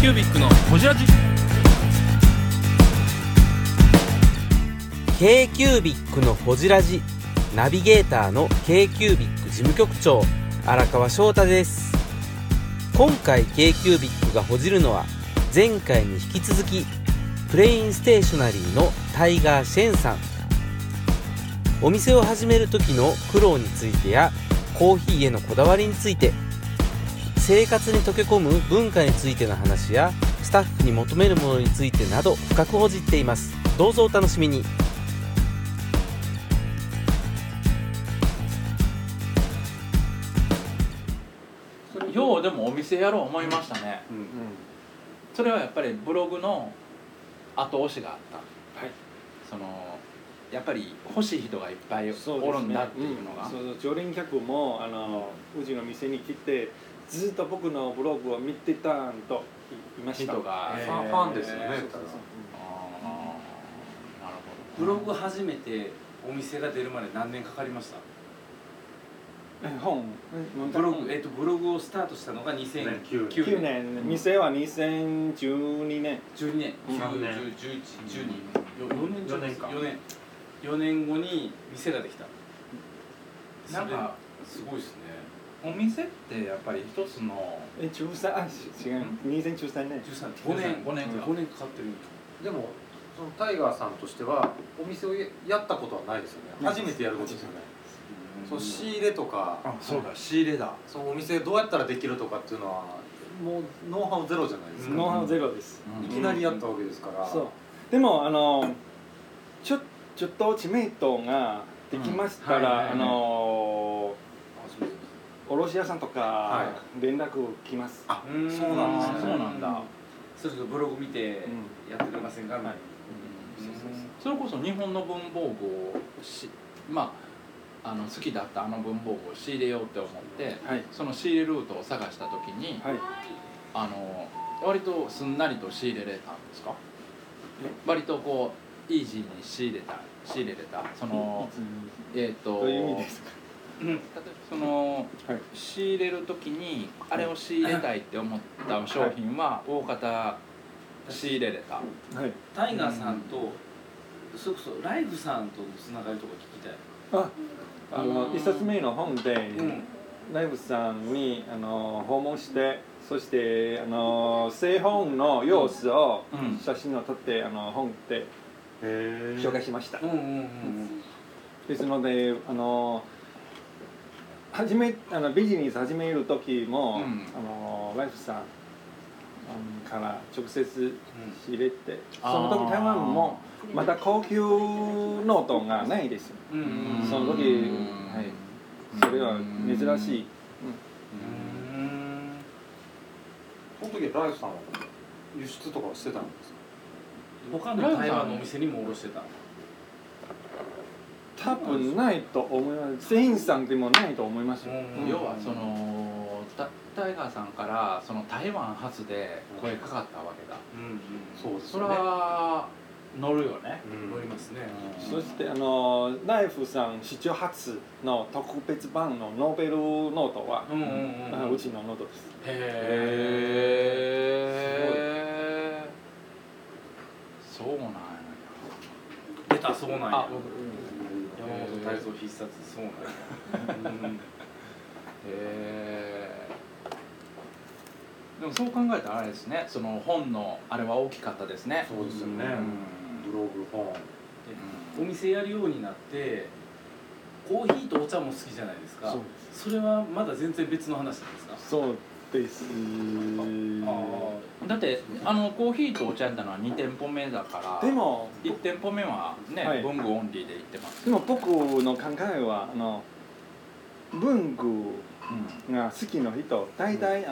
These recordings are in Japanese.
キュービックのホジラジ。 K-Cubic のホジラジ、ナビゲーターの K-Cubic 事務局長荒川翔太です。今回 K-Cubic がほじるのは前回に引き続きプレインステーショナリーのタイガー・シェンさん。お店を始める時の苦労についてやコーヒーへのこだわりについて、生活に溶け込む文化についての話やスタッフに求めるものについてなど深くほじっています。どうぞお楽しみに。 ようでもお店やろう思いましたね、それはやっぱりブログの後押しがあった、はい、そのやっぱり欲しい人がいっぱいおるんだっていうのが、 常連客もうちの店に来てずっと僕のブログを見てたんといました。 人がファンですよね。なるほど。ブログ始めてお店が出るまで何年かかりました？ブログをスタートしたのが2009 年、店は2012年 12年4年後に店ができた。なんかすごいですね。お店ってやっぱり一つの違う2013年 5年かかってる。 でもそのタイガーさんとしてはお店をやったことはないですよね。初めてやることですよね。その仕入れとか、 そうだ、仕入れだ。 そのお店どうやったらできるとかっていうのはもうノウハウゼロじゃないですか。 ノウハウゼロです。 いきなりやったわけですから。 そう。でもちょっと知名度ができましたら卸屋さんとか連絡来ます。 あ、そうなんですね。そうなんだ。それとブログ見てやってくれませんか。それこそ日本の文房具を好きだった文房具を仕入れようって思って、その仕入れルートを探した時に、割とすんなりと仕入れれたんですか？割とこうイージーに仕入れれたそのどういう意味ですか？ 例えばその仕入れる時にあれを仕入れたいって思った商品は大方仕入れれた。タイガーさんとそれこそライフさんとのつながりとか聞きたい。 一冊目の本でライフさんに訪問して、そして製本の様子を写真を撮って本で紹介しました。ですのでビジネス始める時もライフさんから直接仕入れて、その時台湾もまた高級ノートがないです。その時、それは珍しい。 その時ライフさんは輸出とかしてたんですか？ 他の台湾のお店にも卸してた？ 多分ないと思います。店員さんでもないと思います。 要はそのタイガーさんからその台湾発で声かかったわけだ。 そうですね。 それは乗るよね。乗りますね。 そしてライフさん史上初の特別版のノーベルノートはうちのノートです。 へえ。そうなんや。出たそうなんや。山本泰造必殺そうなんや。でもそう考えたらあれですね、その本のあれは大きかったですね。 そうですよね。ブログ本。 お店やるようになってコーヒーとお茶も好きじゃないですか。それはまだ全然別の話なんですか？ そうです。 だってコーヒーとお茶やったのは2店舗目だから。でも1店舗目はね、文具オンリーで行ってます。 でも僕の考えは文具が好きな人、大体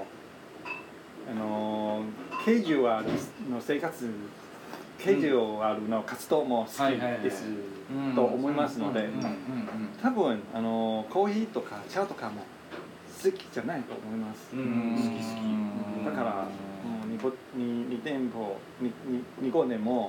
ケジュアルの生活、ケジュアルの活動も好きですと思いますので、多分コーヒーとか茶とかも好きじゃないと思います。好き。だから2店舗2個でも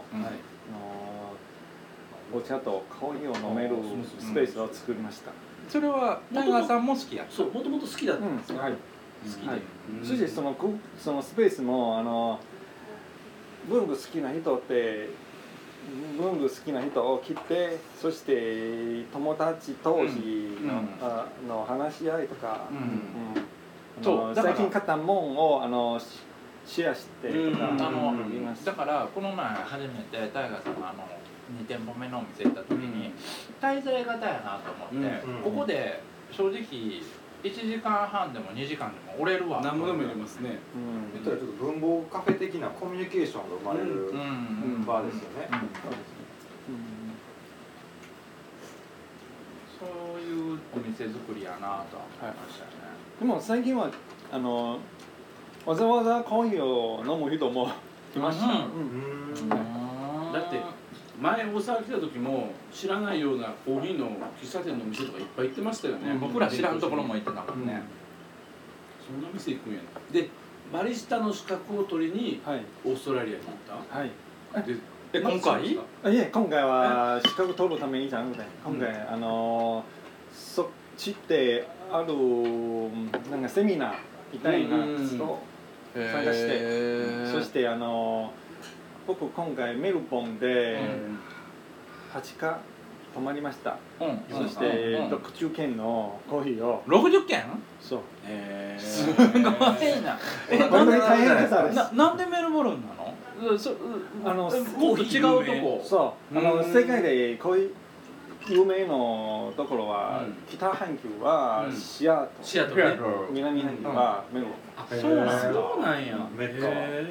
お茶とコーヒーを飲めるスペースを作りました。 それはタイガーさんも好きやった？ そう、もともと好きだったんですよ。 そしてそのスペースも文具好きな人って文具好きな人を来て、そして友達同士の話し合いとか、最近買ったもんをシェアしてとかだからこの前初めてタイガーさんが2店舗目のお店行った時に滞在型やなと思って、ここで正直1時間半でも2時間でも折れるわ。 何もでも入れますね。 ちょっと文房カフェ的なコミュニケーションが生まれる場ですよね。 そういうお店作りやなと思いましたよね。 でも最近はわざわざコーヒーを飲む人もいました。 だって前大阪来た時も知らないようなコーヒーの喫茶店のお店とかいっぱい行ってましたよね。 僕ら知らんところも行ってたもんね。 そんな店行くんや。でバリスタの資格を取りにオーストラリアに行った。 はい。 で今回？ いえ、今回は資格取るためにじゃなくて、今回そっちってあるなんかセミナーみたいな活動参加して、そして僕今回メルボンで8日泊まりました。そして60軒のコーヒーを 60軒？ そう。 すごいな。 本当に大変だったです。 なんでメルボルンなの？コーヒー違うとこ。 そう。世界でコーヒー有名のところは北半球はシアトル、南半球はメルボン。 そうなんや。 メッカ。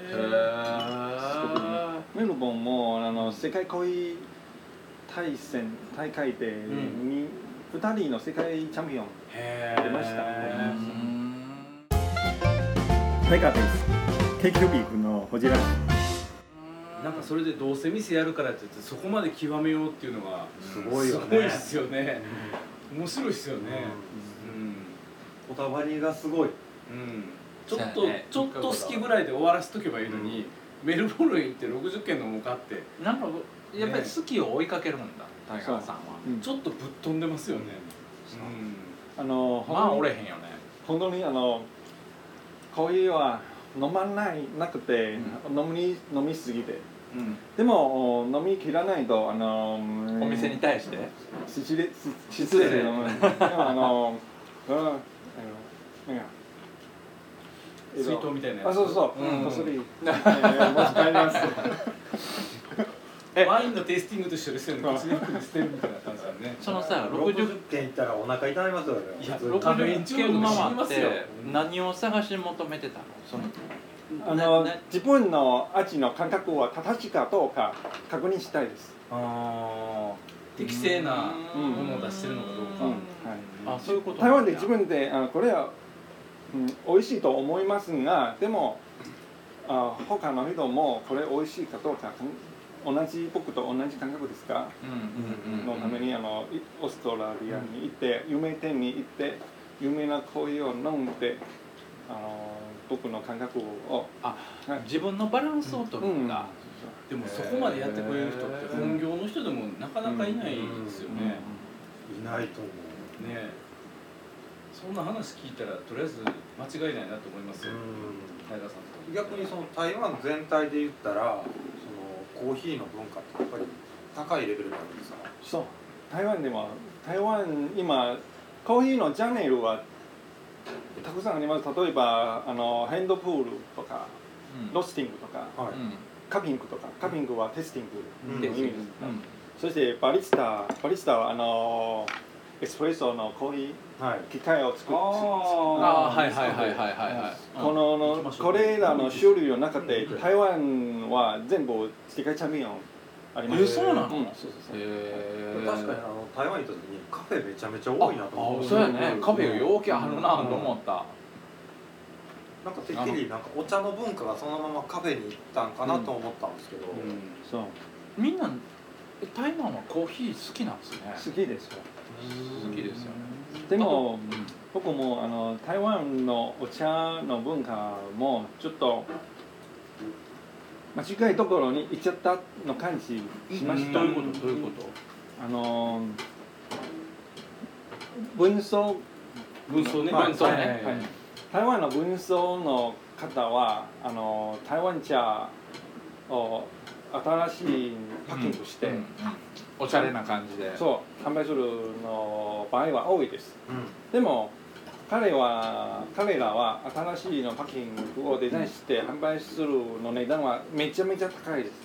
メルボンも世界コーヒー大会で2人の世界チャンピオン出ました。タイガーです。ケーキビークのホジラシ。 なんかそれでどうせ店やるからって言ってそこまで極めようっていうのがすごいよね。すごいですよね。面白いですよね。 こだわりがすごい。 ちょっと好きぐらいで終わらせとけばいいのに、メルボルン行って60軒のもかってなんかやっぱり好きを追いかけるんだ、タイガーさんは。 ちょっとぶっ飛んでますよね。 まあ折れへんよね。 本当にコーヒーは飲まなくて、飲みすぎて、でも飲み切らないとお店に対して失礼で水筒みたいなやつ。 そうそう、それ持ち帰ります。 ワインのテイスティングと一緒ですよね。口に含んで捨てるみたいな感じだね。 そのさ、 60軒行ったらお腹痛みますよね。 いや、60軒回って何を探し求めてたの？ 自分の味の感覚は正しいかどうか確認したいです。 適正なものを出してるのかどうか。 そういうこと。 台湾で自分でこれは美味しいと思いますが、でも他の人もこれ美味しいかどうか僕と同じ感覚ですかのためにオーストラリアに行って有名店に行って有名なコーヒーを飲んで僕の感覚を自分のバランスを取るんだ。 でもそこまでやってくれる人って本業の人でもなかなかいないですよね。 いないと思うね。そんな話聞いたらとりあえず間違いないなと思いますよ。タイガーさん。 逆にその台湾全体で言ったらコーヒーの文化ってやっぱり高いレベルなんですか？ そう。台湾今コーヒーのジャンルはたくさんあります。例えばヘンドプールとか、ロースティングとか、カピングとか。カピングはテスティングの意味です。そしてバリスタはエスプレッソのコーヒー機械を作ってこれらの種類の中で台湾は全部世界チャンピオンあります。 そうなの？ 確かに台湾に行った時にカフェめちゃめちゃ多いなと思って。 そうやね。カフェよくあるなと思った。 なんかてっきりお茶の文化がそのままカフェに行ったんかなと思ったんですけど。 そう。 みんな台湾はコーヒー好きなんですね。 好きですよ。 好きですよね。 でも僕も台湾のお茶の文化もちょっと間違いところに行っちゃったの感じしました。 どういうこと？ 文章ね。 台湾の文装の方は台湾茶を新しいパッキングして、 おしゃれな感じでそう販売するの場合は多いです、でも彼らは新しいのパッキングをデザインして販売するの値段はめちゃめちゃ高いです、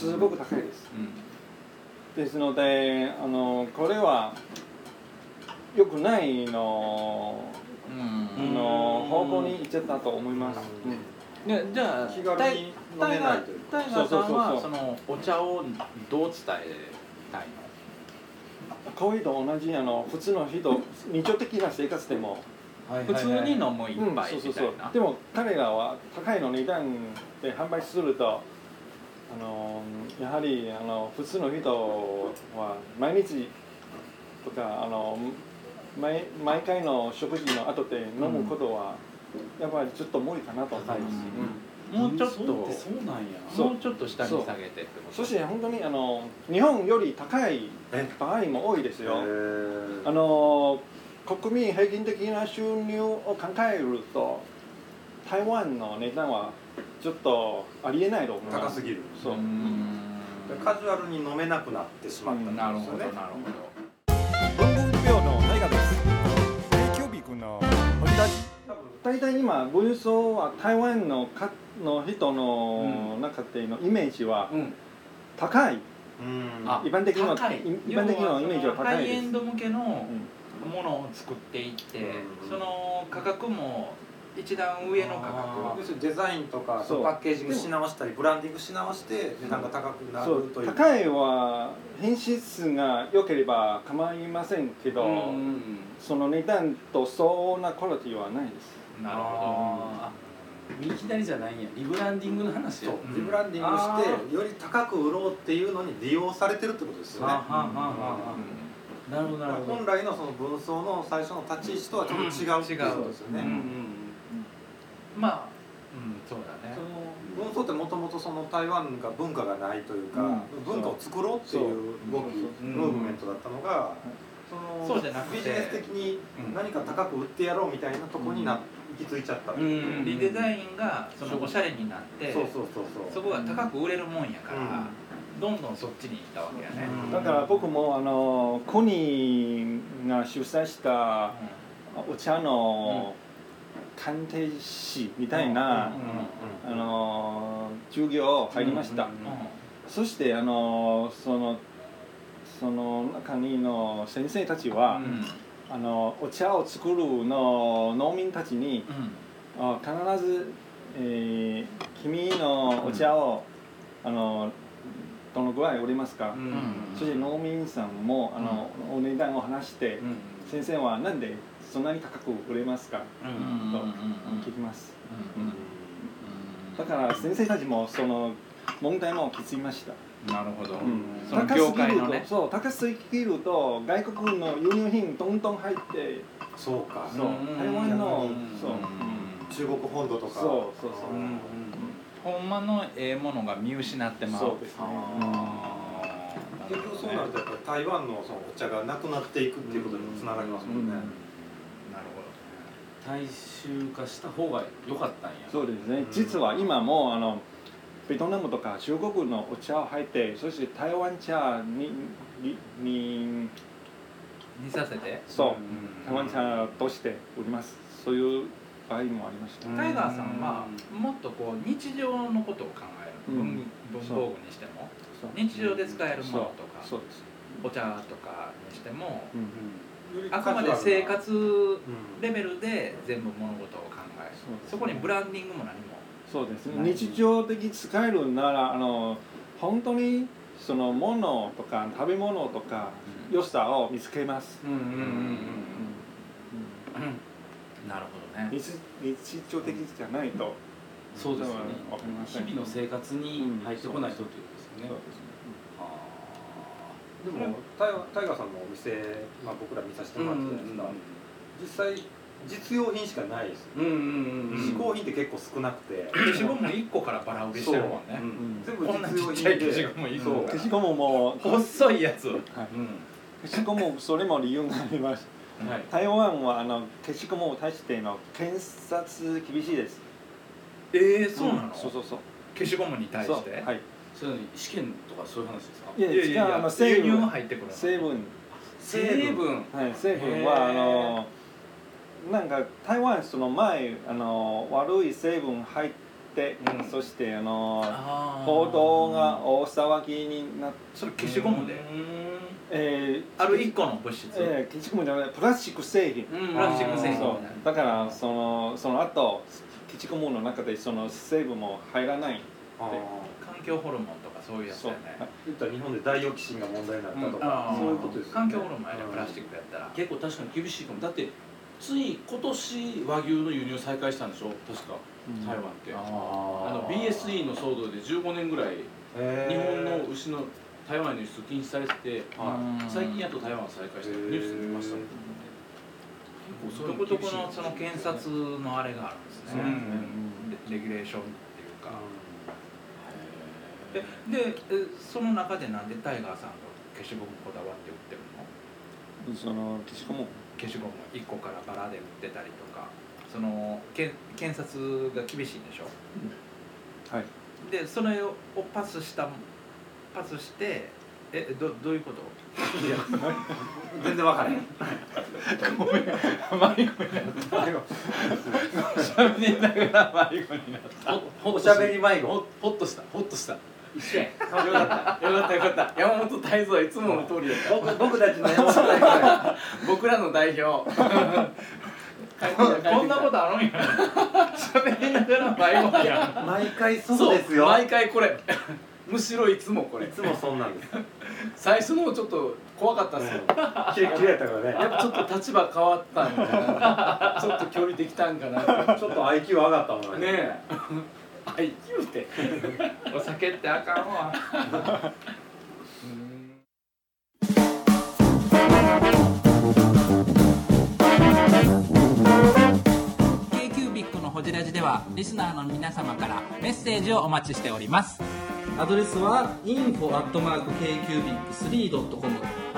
すごく高いです、ですのでこれは良くないの方向に行っちゃったと思います。 じゃあ気軽に飲めないというタイガーさんはそのお茶をどう伝えたいの？ コーヒーと同じ普通の人日常的な生活でも普通に飲む一杯みたいな。 でも彼らは高いの値段で販売するとやはり普通の人は毎日とか毎回の食事の後で飲むことはやっぱりちょっと無理かなと思います、 もうちょっとそうなんや。 もうちょっと下に下げてってこと。 そして本当に日本より高い場合も多いですよ。国民平均的な収入を考えると台湾の値段はちょっとありえないと思います。 高すぎる。 そう。 カジュアルに飲めなくなってしまったんですよね。 なるほどなるほ文ど。 具病の大河です。定休日君の掘り出し。大体今文装は台湾の人の中でのイメージは高い。一般的なイメージは高いです。 ハイエンド向けのものを作っていって、その価格も一段上の価格。 要するにデザインとかパッケージングし直したりブランディングし直して値段が高くなるという。 高いは品質が良ければ構いませんけど、その値段と相応なクオリティはないです。 なるほど。右左じゃないんや。リブランディングの話や。 リブランディングしてより高く売ろうっていうのに利用されてるってことですよね。 なるほどなるほど。 本来のその文装の最初の立ち位置とはちょっと違うっていうことですよね。 まあ、そうだね。 その文装ってもともとその台湾が文化がないというか、文化を作ろうっていう動き、ムーブメントだったのが、 そうじゃなくてビジネス的に何か高く売ってやろうみたいなところに行き着いちゃった。 リデザインがそのおしゃれになって、そこが高く売れるもんやから。どんどんそっちに行ったわけやね。 だから僕も国が主催したお茶の鑑定士みたいな授業入りました。そしてその中にの先生たちはお茶を作るの農民たちに必ず君のお茶をどのぐらい売れますか、そして農民さんもお値段を話して、先生はなんでそんなに高く売れますか、と聞きます、だから先生たちもその問題も気づきました。 なるほど、その業界のね。 高すぎると外国の輸入品どんどん入って、 そうか、 台湾の中国本土とか、 ほんまのものが見失ってまう。 そうですね。 結局そうなるとやっぱり台湾のそのお茶がなくなっていくっていうことにもつながりますもんね。なるほど。 大衆化した方が良かったんや。 そうですね。実は今もベトナムとか中国のお茶を入って、そして台湾茶にさせて、 台湾茶として売ります。そういう場合もありました。 タイガーさんはもっとこう日常のことを考える、文房具にしても日常で使えるものとかお茶とかにしても、あくまで生活レベルで全部物事を考える、そこにブランディングも何も。 そうですね。日常的に使えるなら本当にその物とか食べ物とか良さを見つけます。 なるほどね。 日常的じゃないと。 そうですね。日々の生活に入ってこないとっていうことですよね。 でもタイガーさんのお店、僕ら見させてもらってたじゃないですか。実際実用品しかないです。嗜好品って結構少なくて。 消しゴム1個からバラ売りしてるもんね。 全部実用品で。 消しゴム1個。 消しゴムも細いやつ。 消しゴムそれも理由があります。 台湾は消しゴムを対しての検察厳しいです。 そうなの？ そう消しゴムに対して？ はい。 それ試験とかそういう話ですか？ いやいや、 成分が入ってくる。 成分はい、成分はなんか台湾その前悪い成分入って、そして報道が大騒ぎになって、 それ消しゴムである一個の物質、 消しゴムじゃないプラスチック製品、 プラスチック製品だからその後消しゴムの中でその成分も入らない。 環境ホルモンとかそういうやつだよね。 言ったら日本でダイオキシンが問題になったとか、そういうことですよね。 環境ホルモンやね、プラスチックやったら結構確かに厳しいかも。だってつい今年和牛の輸入再開したんでしょ、確か台湾って。BSE の騒動で15年ぐらい日本の牛の台湾への輸出禁止されてて、最近やっと台湾再開したニュースで見ました。 結構どこのその検察のあれがあるんですね、レギュレーションっていうか。でその中でなんでタイガーさんが消しゴムこだわって売ってるの？ その消しゴム 1個からバラで売ってたりとか、その検察が厳しいんでしょ？ はい。 でそれをパスしてどういうこと？ いや全然分からへん。 ごめん、迷子になった。しゃべりながら迷子になった。 おしゃべり迷子。 ほっとした。一緒や。よかった。山本泰造はいつもの通りだった。 僕たちの山本泰造。 僕らの代表。 こんなことあるんや。喋りながら迷子やん。 毎回そうですよ。 毎回これ。むしろいつもこれ。 いつもそんなんです。 最初のちょっと怖かったっすよ。 キレキレやったからね。 やっぱちょっと立場変わったんかな。ちょっと距離できたんかな。 ちょっと IQ 上がったもんね。 ねえ。IQ って。 お酒ってあかんわ。K-Cubic のホジラジではリスナーの皆様からメッセージをお待ちしております。 アドレスは info@kcubic3.com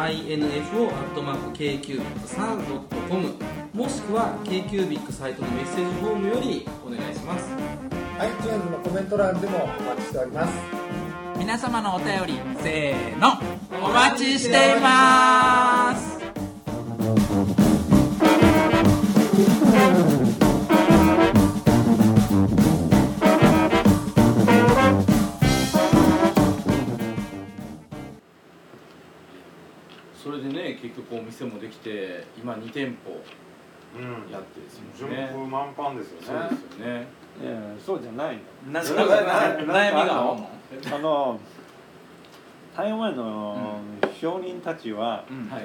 info@kcubic3.com もしくは K-Cubic サイトのメッセージフォームよりお願いします。 iTunes のコメント欄でもお待ちしております。 皆様のお便りせーのお待ちしています。 それでね、結局お店もできて今2店舗やってですもんね。 順風満帆ですよね。 そうですよね。 いやそうじゃない。 悩みがあるの？ 台湾の商人たちは、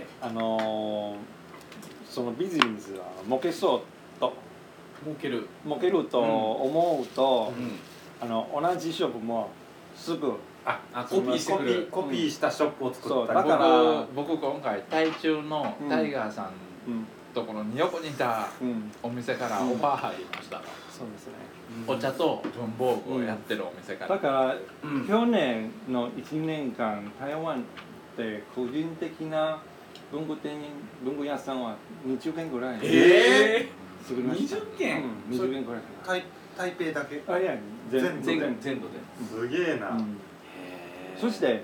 そのビジネスは儲けそうと儲けると思うと、同じショップもすぐコピーしてくる。 コピーしたショップを作ったり。 だから僕今回台中のタイガーさんところに横にいたお店からオファー入りました。 そうですね。 お茶と文房具をやってるお店から。 だから去年の1年間台湾で個人的な文具屋さんは20軒ぐらい作りました。 20軒 ？20軒ぐらい。 台北だけ？ いや全土で。 すげえな。 そして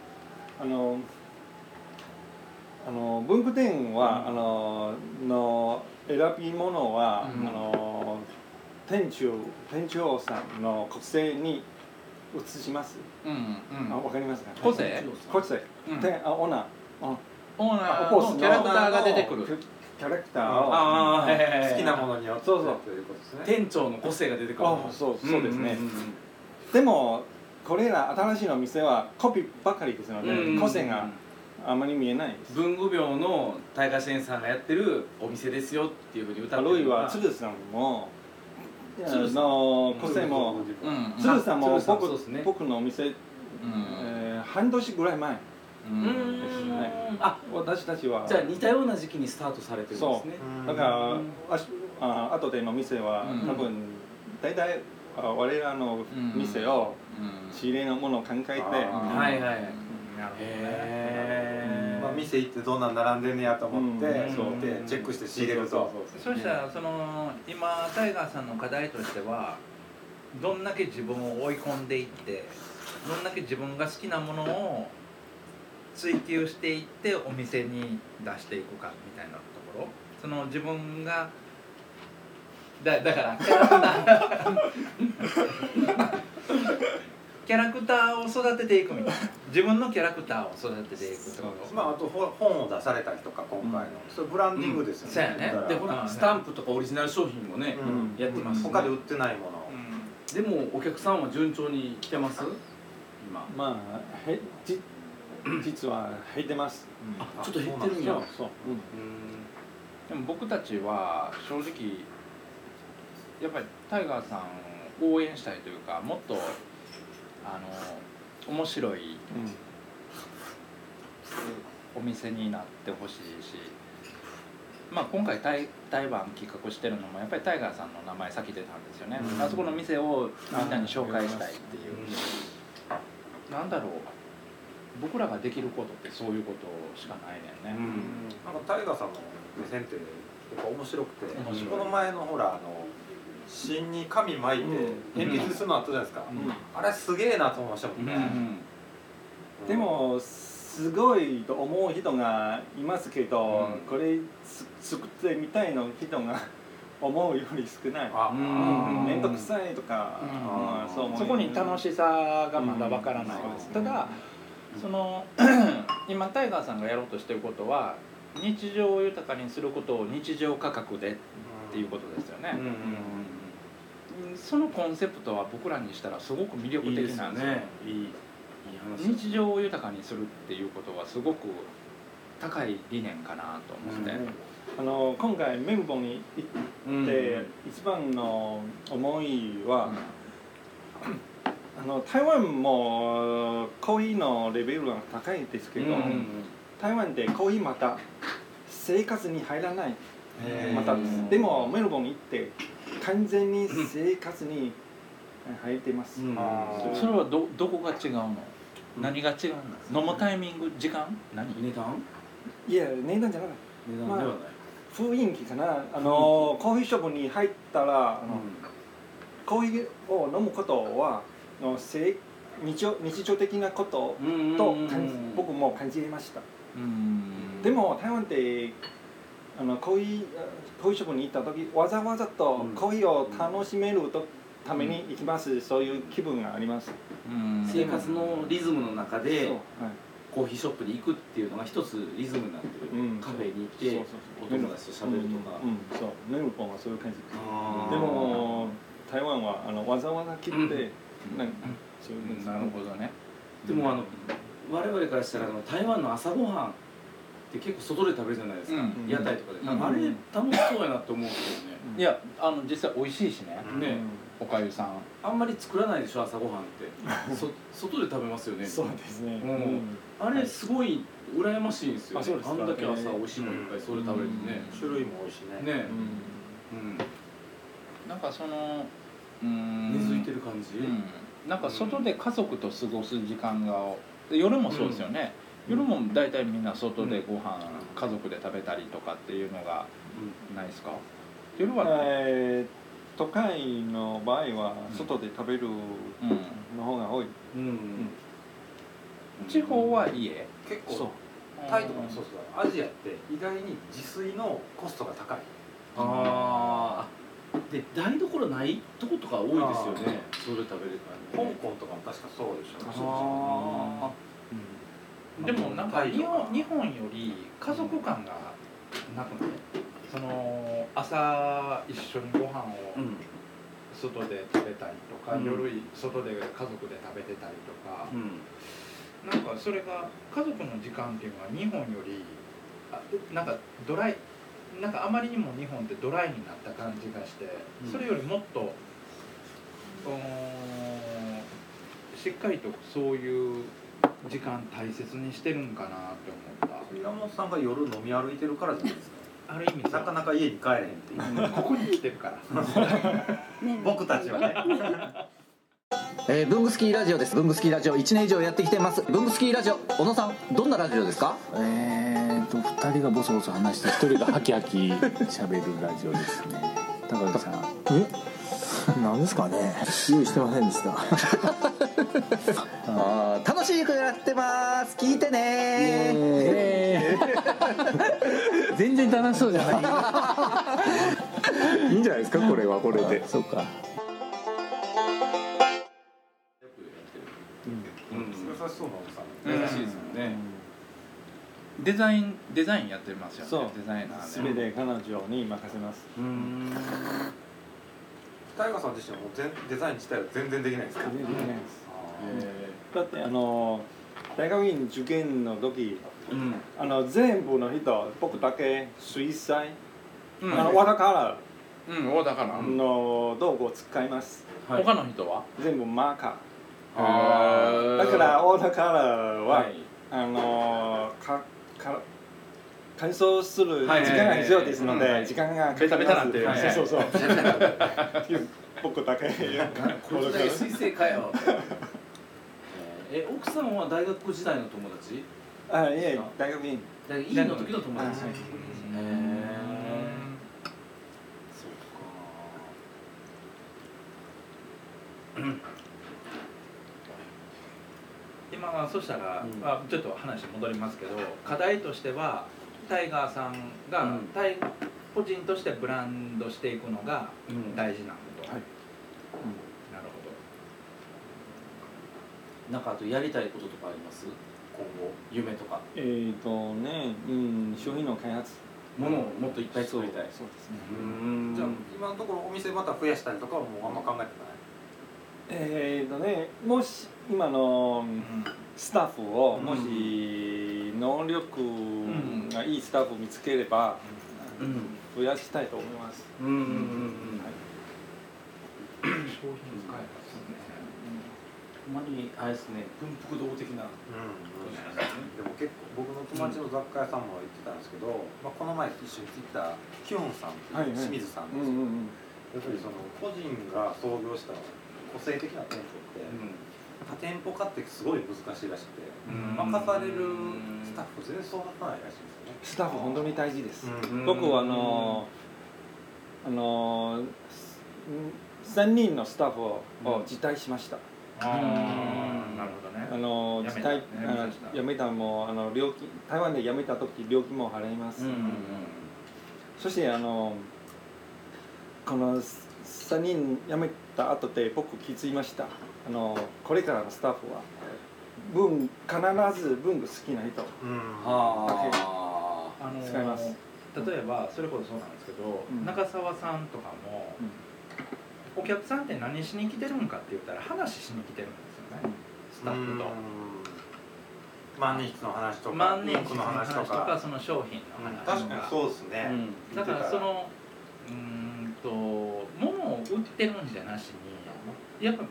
文具店はの選び物は店長さんの個性に移します。わかりますか？ 個性？ オーナーのキャラクターが出てくる。 キャラクターを好きなものによってということですね。 店長の個性が出てくる。 そうですね。でもこれら新しいの店はコピーばかりですので個性があまり見えないです。 文具病のタイガーシェンさんがやってるお店ですよっていうふうに歌ってる。 あるいは鶴さんもの個性も鶴さんも僕のお店半年ぐらい前ですね。私たちはじゃあ似たような時期にスタートされてるんですね。 だから後での店は多分大体我らの店を仕入れのものを考えて、 まあ店行ってどんなん並んでんねやと思ってでチェックして仕入れると。 そしたら今タイガーさんの課題としてはどんだけ自分を追い込んでいってどんだけ自分が好きなものを追求していってお店に出していくかみたいなところ自分がだからキャラクターを育てていくみたいな自分のキャラクターを育てていくってこと。 あと本を出されたりとか今回のそれブランディングですよね。 そうやね。 でほらスタンプとかオリジナル商品もねやってます。 他で売ってないもの。 でもお客さんは順調に来てます今。 まあ実は減ってます。 ちょっと減ってるんや。そう。 でも僕たちは正直やっぱりタイガーさんを応援したいというかもっと面白いお店になってほしいし、まあ今回台湾企画してるのもやっぱりタイガーさんの名前先出たんですよね。あそこの店をみんなに紹介したいっていう。なんだろう。僕らができることってそういうことしかないねんね。 なんかタイガーさんの目線ってやっぱ面白くて、この前のほら芯に紙巻いて鉛筆するのあったじゃないですか。あれすげえなと思いましたもんね。 でもすごいと思う人がいますけど、これ作ってみたいの人が思うより少ない。面倒くさいとか、 そこに楽しさがまだわからないです。ただ今タイガーさんがやろうとしてることは日常を豊かにすることを日常価格でっていうことですよね。そのコンセプトは僕らにしたらすごく魅力的なんですよ。日常を豊かにするっていうことはすごく高い理念かなと思って、 今回メルボンに行って一番の思いは、台湾もコーヒーのレベルが高いですけど、台湾でコーヒーまた生活に入らない。またでもメルボンに行って完全に生活に入ってます。 それはどこが違うの？何が違うの？飲むタイミング、時間？何？ 値段？ いや値段じゃない。 値段ではない。 雰囲気かな。コーヒーショップに入ったらコーヒーを飲むことは日常的なことと僕も感じました。でも台湾でコーヒーショップに行った時わざわざとコーヒーを楽しめるために行きます。そういう気分があります。 生活のリズムの中でコーヒーショップに行くっていうのが一つリズムになってる。カフェに行ってお友達と喋るとか。 そうメルボンはそういう感じ。でも台湾はわざわざ来てそういう。 なるほどね。 でも我々からしたら台湾の朝ごはんって結構外で食べるじゃないですか。屋台とかで。あれ楽しそうやなって思うんですよね。 いや実際美味しいしね。おかゆさん。 あんまり作らないでしょ朝ごはんって。外で食べますよね。 そうですね。 あれすごい羨ましいんですよね。あんだけ朝美味しいものいっぱいそれ食べるとね。 種類も多いしね。 ね。 なんか根付いてる感じ。 なんか外で家族と過ごす時間が夜もそうですよね。夜も大体みんな外でご飯家族で食べたりとかっていうのがないですか？夜は都会の場合は外で食べるの方が多い。 地方は家？ 結構タイとかもそうですがアジアって意外に自炊のコストが高い。 で台所ないとことか多いですよね。それ食べるから。 香港とかも確かそうでしょ。 でもなんか日本より家族感がなくない？朝一緒にご飯を外で食べたりとか、夜外で家族で食べてたりとか、なんかそれが家族の時間っていうのは日本よりなんかドライ。なんかあまりにも日本ってドライになった感じがして、それよりもっとしっかりとそういう時間大切にしてるんかなって思った。 山本さんが夜飲み歩いてるからじゃないですか。 ある意味なかなか家に帰れへんっていう。 ここに来てるから。 僕たちはね。 ブングスキーラジオです。ブングスキーラジオ1年以上やってきてます。ブングスキーラジオ、小野さんどんなラジオですか 2人がボソボソ話して1人がハキハキ喋るラジオですね。高木さん何ですかね、用意してませんでした楽しくやってます、聞いてね全然楽しそうじゃないいいんじゃないですか、これはこれで。 そうか。 優しそうな奥さん。 優しいですよね。デザインやってますよね。 そうデザイナーで。 全て彼女に任せます。 タイガーさん自身はもうデザイン自体は全然できないですか？ 全然できないです。だって大学院受験の時、全部の人僕だけ水彩、ワーターカラーオーダーカラーの道具を使います。 他の人は全部マーカー。だからオーダーカラーは乾燥する時間が必要ですので、時間がベタベタなってる。 そう僕だけこれだけ水星かよ奥さんは大学時代の友達？ いえ、大学院の時の友達。 今そしたら、ちょっと話戻りますけど、課題としてはタイガーさんが個人としてブランドしていくのが大事なこと。なるほど。なんかあとやりたいこととかあります？今後夢とか。 商品の開発、 物をもっといっぱい作りたい。 そうですね。 じゃあ今のところお店また増やしたりとかはもうあんま考えてない？ もし今のスタッフをもし能力がいいスタッフを見つければ増やしたいと思います。 商品開発ほんまにあれですね、文福堂的な。 でも結構僕の友達の雑貨屋さんも言ってたんですけど、この前一緒に行ったキュンさんっていう清水さんですよ。やっぱりその個人が創業した個性的な店舗って多店舗化ってすごい難しいらしくて、任されるスタッフ全然そうならないらしいんですよね。 スタッフ本当に大事です。僕は3人のスタッフを辞退しました。 なるほどね。 辞めたも料金、台湾で辞めた時料金も払います。そしてこの3人辞めた後で僕気づきました。これからのスタッフは必ず文具好きな人だけ使います。 例えばそれこそそうなんですけど、中澤さんとかもお客さんって何しに来てるんかって言ったら話しに来てるんですよね、スタッフと。 万年筆の話とか万年筆の話とかその商品の話とか。 確かにそうですね。 だからその物を売ってるんじゃなしにやっぱ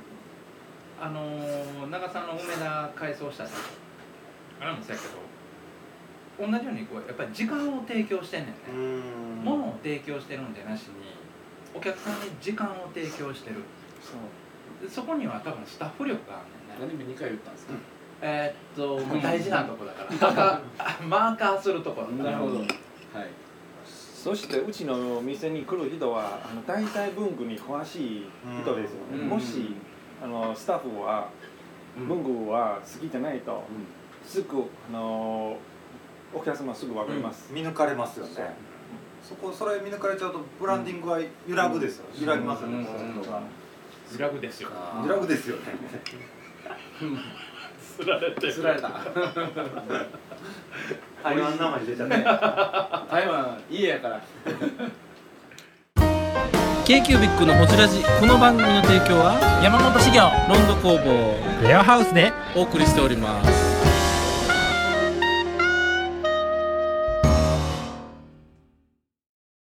長さんの梅田改装したりあれもそうやけど同じようにやっぱり時間を提供してんねんね。物を提供してるんじゃなしにお客さんに時間を提供してる。そこには多分スタッフ力があるねんね。 何も2回言ったんですか？ 大事なとこだからマーカーするところ。 なるほど。はい。 そしてうちの店に来る人は大体文具に詳しい人ですよね。もしスタッフは文具は好きじゃないとすぐお客様すぐ分かります。 見抜かれますよね。それ見抜かれちゃうとブランディングは揺らぐですよ。揺らぎますよね。 揺らぐですよ。 揺らぐですよね。 釣られた。 台湾生に出ちゃって。 台湾家やから。 K-Cubic のホジラジ、この番組の提供は山本資源ロンド工房レアハウスでお送りしております。